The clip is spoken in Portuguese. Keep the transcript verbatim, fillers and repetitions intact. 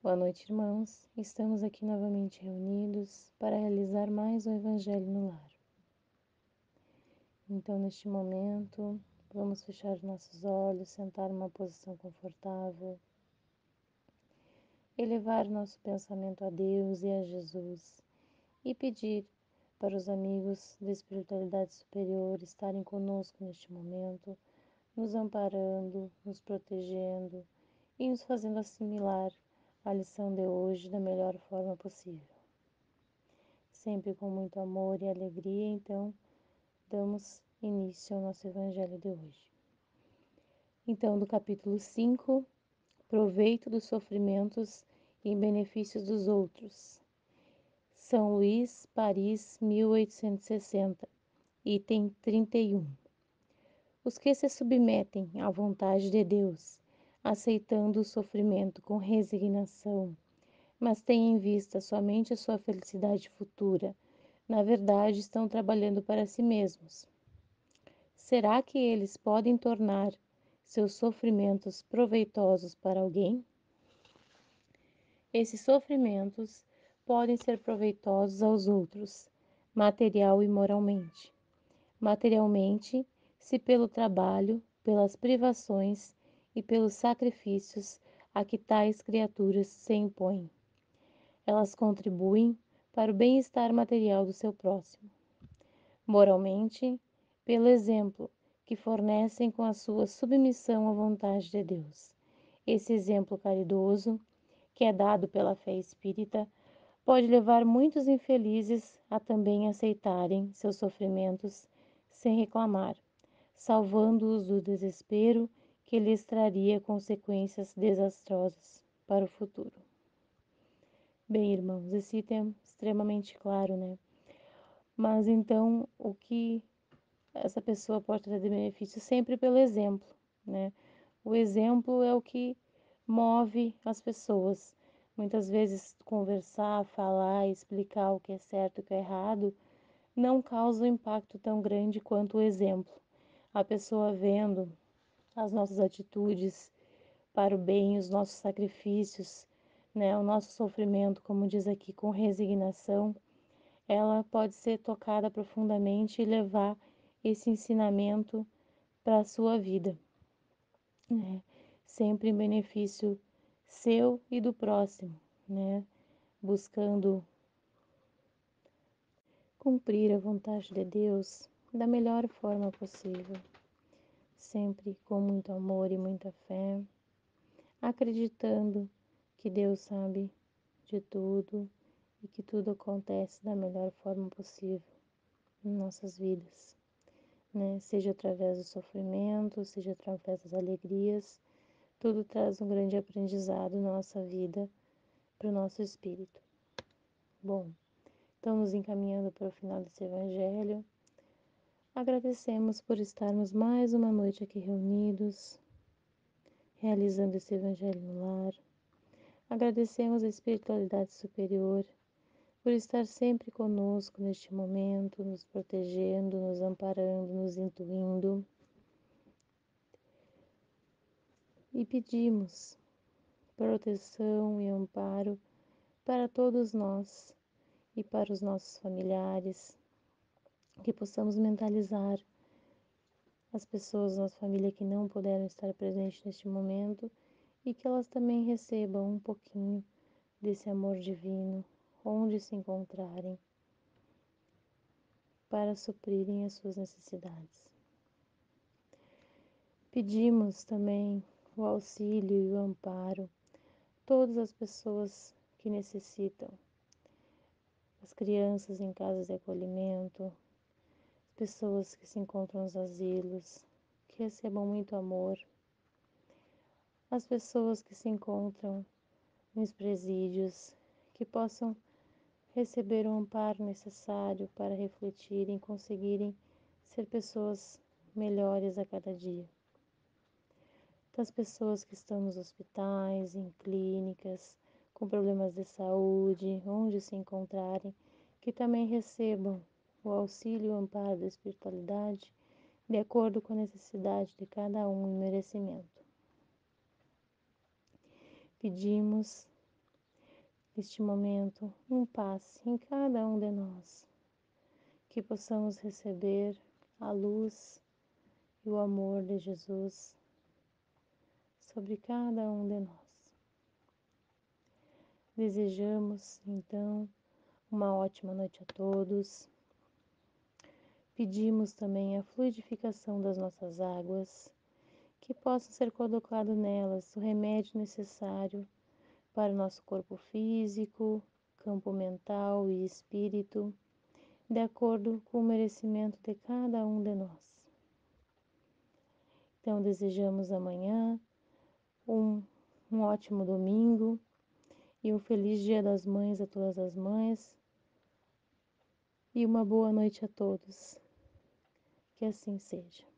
Boa noite, irmãos. Estamos aqui novamente reunidos para realizar mais um Evangelho no Lar. Então, neste momento, vamos fechar nossos olhos, sentar numa posição confortável, elevar nosso pensamento a Deus e a Jesus e pedir para os amigos da espiritualidade superior estarem conosco neste momento, nos amparando, nos protegendo e nos fazendo assimilar a lição de hoje da melhor forma possível. Sempre com muito amor e alegria, então, damos início ao nosso Evangelho de hoje. Então, do capítulo cinco, proveito dos sofrimentos em benefícios dos outros. São Luís, Paris, mil oitocentos e sessenta, item trinta e um. Os que se submetem à vontade de Deus, aceitando o sofrimento com resignação, mas têm em vista somente a sua felicidade futura, na verdade estão trabalhando para si mesmos. Será que eles podem tornar seus sofrimentos proveitosos para alguém? Esses sofrimentos podem ser proveitosos aos outros, material e moralmente. Materialmente, se pelo trabalho, pelas privações e pelos sacrifícios a que tais criaturas se impõem. Elas contribuem para o bem-estar material do seu próximo. Moralmente, pelo exemplo que fornecem com a sua submissão à vontade de Deus. Esse exemplo caridoso, que é dado pela fé espírita, pode levar muitos infelizes a também aceitarem seus sofrimentos sem reclamar, salvando-os do desespero que lhes traria consequências desastrosas para o futuro. Bem, irmãos, esse item é extremamente claro, né? Mas então, o que essa pessoa pode trazer de benefício? Sempre pelo exemplo, né? O exemplo é o que move as pessoas. Muitas vezes, conversar, falar, explicar o que é certo e o que é errado não causa um impacto tão grande quanto o exemplo. A pessoa vendo as nossas atitudes para o bem, os nossos sacrifícios, né, o nosso sofrimento, como diz aqui, com resignação, ela pode ser tocada profundamente e levar esse ensinamento para a sua vida, né? Sempre em benefício seu e do próximo, né? Buscando cumprir a vontade de Deus da melhor forma possível, sempre com muito amor e muita fé, acreditando que Deus sabe de tudo e que tudo acontece da melhor forma possível em nossas vidas, né? Seja através do sofrimento, seja através das alegrias, tudo traz um grande aprendizado na nossa vida, para o nosso espírito. Bom, estamos encaminhando para o final desse evangelho. Agradecemos por estarmos mais uma noite aqui reunidos, realizando esse evangelho no lar. Agradecemos a espiritualidade superior por estar sempre conosco neste momento, nos protegendo, nos amparando, nos intuindo. E pedimos proteção e amparo para todos nós e para os nossos familiares, que possamos mentalizar as pessoas da nossa família que não puderam estar presentes neste momento e que elas também recebam um pouquinho desse amor divino, onde se encontrarem, para suprirem as suas necessidades. Pedimos também o auxílio e o amparo a todas as pessoas que necessitam, as crianças em casas de acolhimento, as pessoas que se encontram nos asilos, que recebam muito amor, as pessoas que se encontram nos presídios, que possam receber o amparo necessário para refletirem e conseguirem ser pessoas melhores a cada dia. Das pessoas que estão nos hospitais, em clínicas, com problemas de saúde, onde se encontrarem, que também recebam o auxílio e o amparo da espiritualidade de acordo com a necessidade de cada um e merecimento. Pedimos neste momento, um passe em cada um de nós, que possamos receber a luz e o amor de Jesus sobre cada um de nós. Desejamos, então, uma ótima noite a todos. Pedimos também a fluidificação das nossas águas, que possa ser colocado nelas o remédio necessário para o nosso corpo físico, campo mental e espírito, de acordo com o merecimento de cada um de nós. Então, desejamos amanhã um, um ótimo domingo e um feliz Dia das Mães a todas as mães e uma boa noite a todos. Que assim seja.